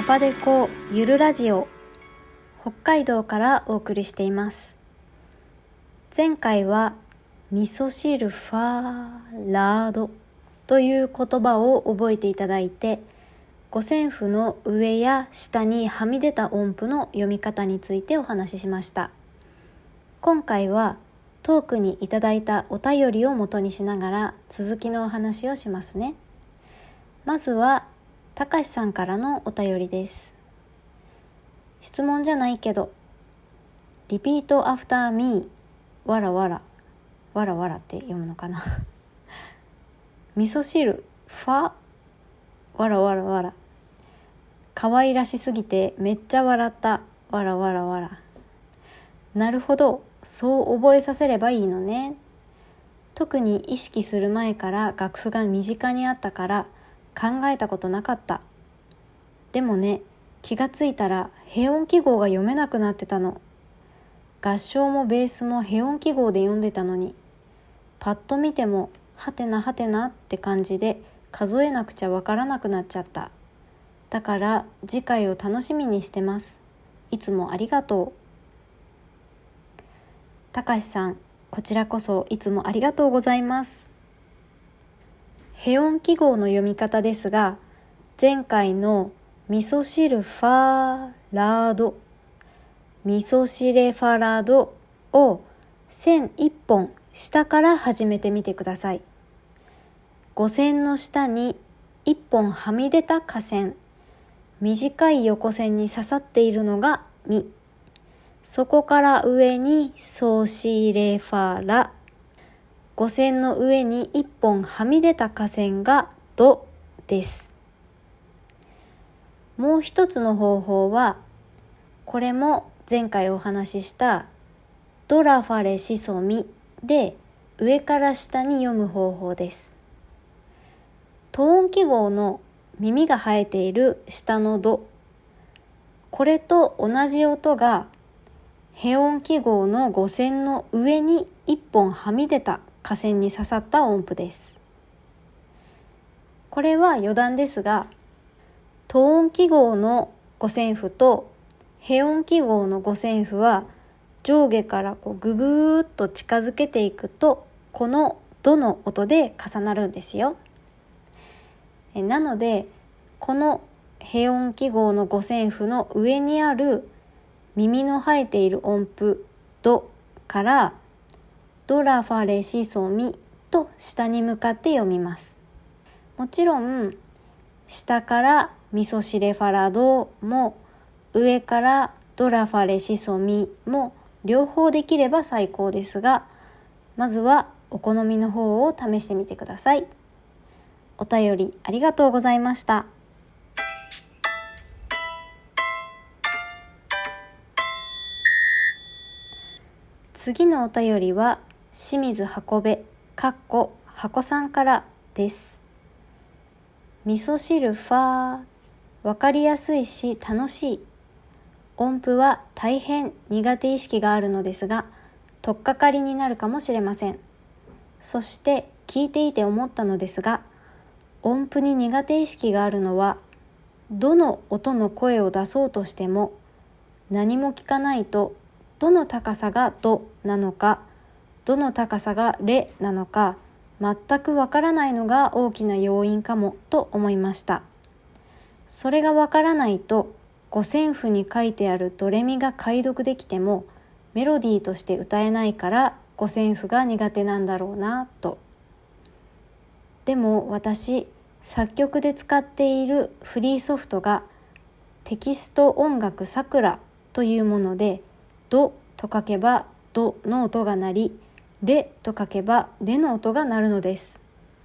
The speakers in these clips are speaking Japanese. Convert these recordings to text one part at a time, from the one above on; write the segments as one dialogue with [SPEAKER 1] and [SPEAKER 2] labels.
[SPEAKER 1] パデコゆるラジオ、北海道からお送りしています。前回は味噌汁ファーラードという言葉を覚えていただいて、五線譜の上や下にはみ出た音符の読み方についてお話ししました。今回はトークにいただいたお便りを元にしながら続きのお話をしますね。まずはたかしさんからのお便りです。質問じゃないけど、リピートアフターミー、わらわら、わらわらって読むのかな味噌汁、ファ、わらわらわら。可愛らしすぎてめっちゃ笑った、わらわらわら。なるほど、そう覚えさせればいいのね。特に意識する前から楽譜が身近にあったから考えたことなかった。でもね、気がついたらヘ音記号が読めなくなってたの。合唱もベースもヘ音記号で読んでたのに、パッと見てもはてなはてなって感じで数えなくちゃわからなくなっちゃった。だから次回を楽しみにしてます。いつもありがとう。たかしさん、こちらこそいつもありがとうございます。ヘ音記号の読み方ですが、前回の味噌汁ファーラード、味噌汁ファラードを線1本下から始めてみてください。5線の下に1本はみ出た下線、短い横線に刺さっているのがミ。そこから上にソシレファラ。5線の上に1本はみ出た下線がドです。もう一つの方法は、これも前回お話ししたドラファレシソミで上から下に読む方法です。トーン記号の耳が生えている下のド、これと同じ音がヘ音記号の5線の上に1本はみ出た下線に刺さった音符です。これは余談ですが、トーン記号の五線譜とヘ音記号の五線譜は上下からググーッと近づけていくと、このドの音で重なるんですよ。なのでこのヘ音記号の五線譜の上にある耳の生えている音符ドからドラファレシソミと下に向かって読みます。もちろん下からミソシレファラドも上からドラファレシソミも両方できれば最高ですが、まずはお好みの方を試してみてください。お便りありがとうございました。次のお便りは清水箱部箱さんからです。味噌汁ファー、わかりやすいし楽しい。音符は大変苦手意識があるのですが、取っかかりになるかもしれません。そして聞いていて思ったのですが、音符に苦手意識があるのは、どの音の声を出そうとしても何も聞かないと、どの高さがドなのか、どの高さがレなのか全くわからないのが大きな要因かもと思いました。それがわからないと、五線譜に書いてあるドレミが解読できてもメロディーとして歌えないから五線譜が苦手なんだろうなと。でも私、作曲で使っているフリーソフトがテキスト音楽さくらというもので、ドと書けばドの音が鳴り、レと書けばレの音が鳴るのです。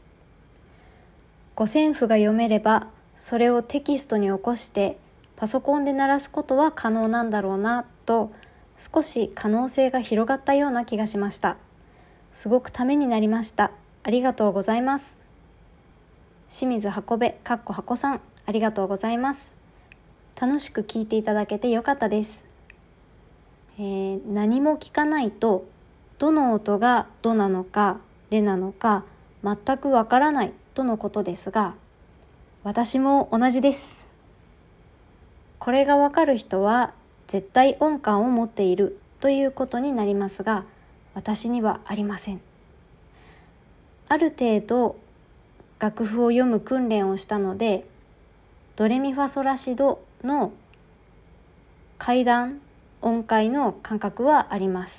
[SPEAKER 1] 五線譜が読めればそれをテキストに起こしてパソコンで鳴らすことは可能なんだろうなと、少し可能性が広がったような気がしました。すごくためになりました。ありがとうございます。清水箱部箱さん、ありがとうございます。楽しく聞いていただけてよかったです。何も聞かないとどの音がドなのかレなのか全くわからないとのことですが、私も同じです。 これがわかる人は絶対音感を持っているということになりますが、私にはありません。ある程度楽譜を読む訓練をしたので、ドレミファソラシドの階段音階の感覚はあります。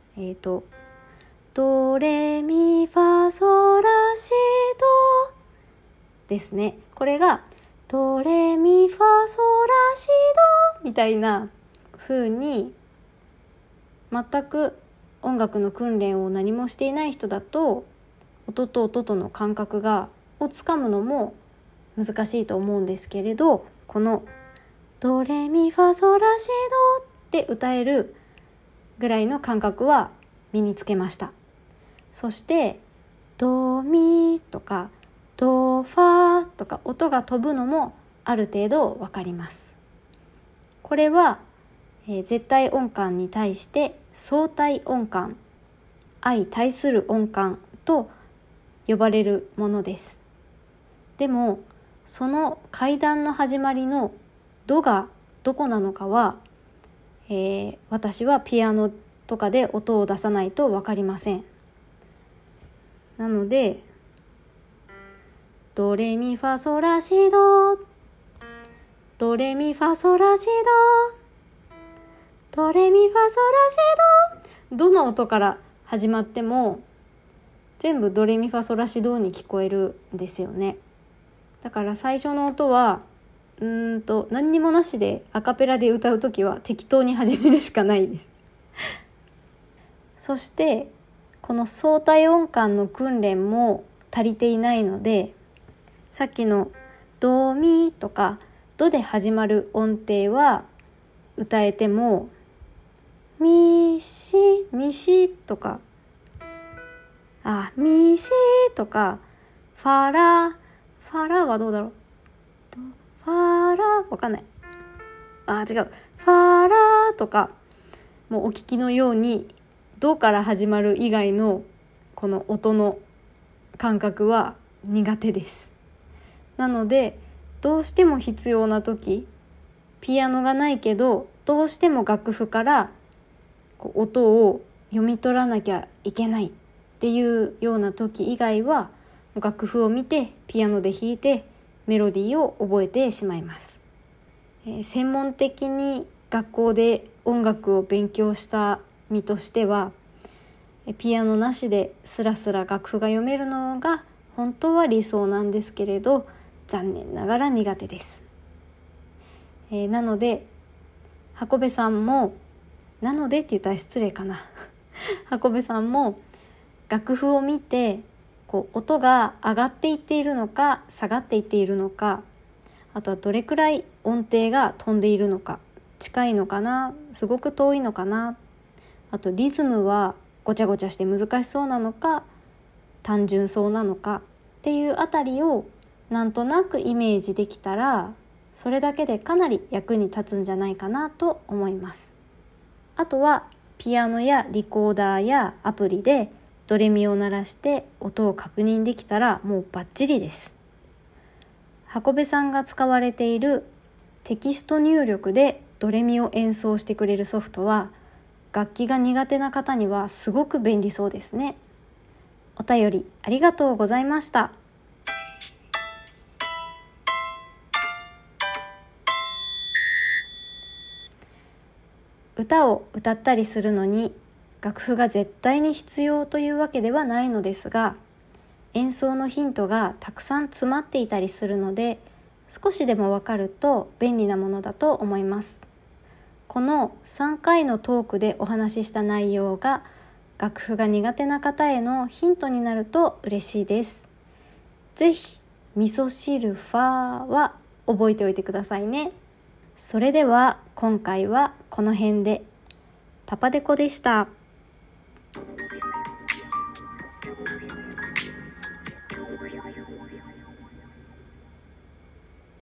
[SPEAKER 1] ドレミファソラシドですね。これがドレミファソラシドみたいな風に、全く音楽の訓練を何もしていない人だと、音と音との感覚をつかむのも難しいと思うんですけれど、このドレミファソラシドって歌えるぐらいの感覚は身につけました。そしてドミとかドファとか音が飛ぶのもある程度わかります。これは、絶対音感に対して相対音感、相対する音感と呼ばれるものです。でもその階段の始まりのドがどこなのかは、私はピアノとかで音を出さないと分かりません。なのでドレミファソラシド、ドレミファソラシド、ドレミファソラシド、どの音から始まっても全部ドレミファソラシドに聞こえるんですよね。だから最初の音は何にもなしでアカペラで歌うときは適当に始めるしかないですそしてこの相対音感の訓練も足りていないので、さっきのドミとかドで始まる音程は歌えても、ミシミシとかミシとかファラはどうだろう、ファラわかんない、違う、ファラとかもうお聞きのようにドから始まる以外のこの音の感覚は苦手です。なのでどうしても必要な時、ピアノがないけどどうしても楽譜から音を読み取らなきゃいけないっていうような時以外は、楽譜を見てピアノで弾いてメロディーを覚えてしまいます。専門的に学校で音楽を勉強した身としては、ピアノなしでスラスラ楽譜が読めるのが本当は理想なんですけれど、残念ながら苦手です。なので箱部さんも、なのでって言ったら失礼かな箱部さんも楽譜を見て音が上がっていっているのか下がっていっているのか、あとはどれくらい音程が飛んでいるのか、近いのかな、すごく遠いのかな、あとリズムはごちゃごちゃして難しそうなのか単純そうなのかっていうあたりをなんとなくイメージできたら、それだけでかなり役に立つんじゃないかなと思います。あとはピアノやリコーダーやアプリでドレミを鳴らして音を確認できたらもうバッチリです。箱部さんが使われているテキスト入力でドレミを演奏してくれるソフトは、楽器が苦手な方にはすごく便利そうですね。お便りありがとうございました。歌を歌ったりするのに楽譜が絶対に必要というわけではないのですが、演奏のヒントがたくさん詰まっていたりするので、少しでもわかると便利なものだと思います。この3回のトークでお話しした内容が楽譜が苦手な方へのヒントになると嬉しいです。ぜひ味噌汁ファーは覚えておいてくださいね。それでは今回はこの辺で。パパデコでした。